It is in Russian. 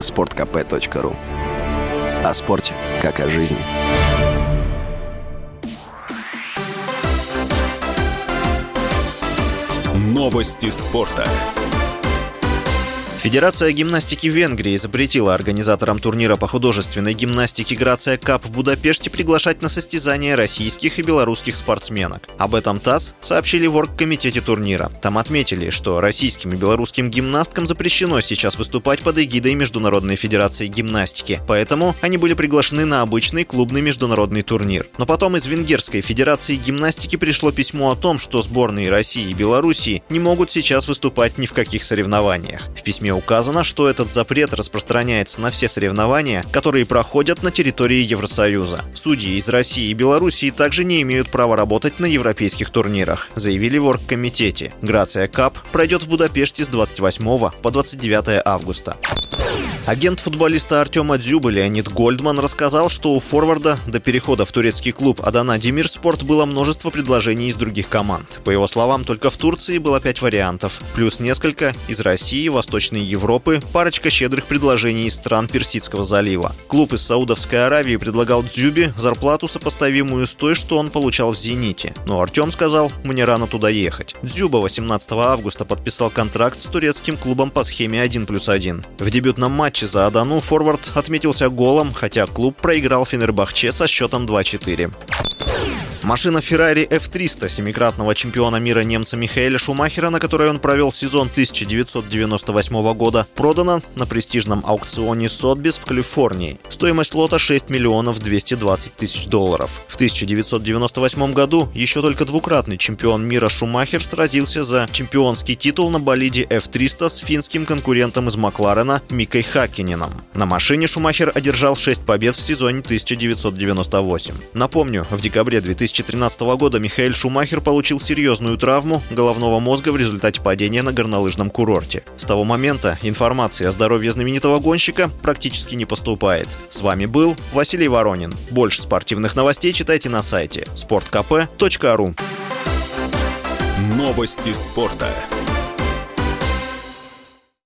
sportkp.ru. О спорте, как о жизни. Новости спорта. Федерация гимнастики Венгрии запретила организаторам турнира по художественной гимнастике «Грация Кап» в Будапеште приглашать на состязания российских и белорусских спортсменок. Об этом ТАСС сообщили в оргкомитете турнира. Там отметили, что российским и белорусским гимнасткам запрещено сейчас выступать под эгидой Международной федерации гимнастики, поэтому они были приглашены на обычный клубный международный турнир. Но потом из Венгерской федерации гимнастики пришло письмо о том, что сборные России и Белоруссии не могут сейчас выступать ни в каких соревнованиях. В письме указано, что этот запрет распространяется на все соревнования, которые проходят на территории Евросоюза. Судьи из России и Белоруссии также не имеют права работать на европейских турнирах, заявили в оргкомитете. «Грация Кап» пройдет в Будапеште с 28 по 29 августа. Агент футболиста Артема Дзюбы Леонид Гольдман рассказал, что у форварда до перехода в турецкий клуб Адана Демирспорт было множество предложений из других команд. По его словам, только в Турции было 5 вариантов, плюс несколько из России, Восточной Европы, парочка щедрых предложений из стран Персидского залива. Клуб из Саудовской Аравии предлагал Дзюбе зарплату, сопоставимую с той, что он получал в «Зените». Но Артем сказал: «Мне рано туда ехать». Дзюба 18 августа подписал контракт с турецким клубом по схеме 1+1. В дебютном матче за Адану форвард отметился голом, хотя клуб проиграл Фенербахче со счетом 2-4. Машина Ferrari F300 семикратного чемпиона мира немца Михаэля Шумахера, на которой он провел сезон 1998 года, продана на престижном аукционе Сотбис в Калифорнии. Стоимость лота $6 220 000. В 1998 году еще только двукратный чемпион мира Шумахер сразился за чемпионский титул на болиде F300 с финским конкурентом из Макларена Микой Хаккиненом. На машине Шумахер одержал 6 побед в сезоне 1998. Напомню, в декабре 2013 года Михаэль Шумахер получил серьезную травму головного мозга в результате падения на горнолыжном курорте. С того момента информации о здоровье знаменитого гонщика практически не поступает. С вами был Василий Воронин. Больше спортивных новостей читайте на сайте sportkp.ru. Новости спорта.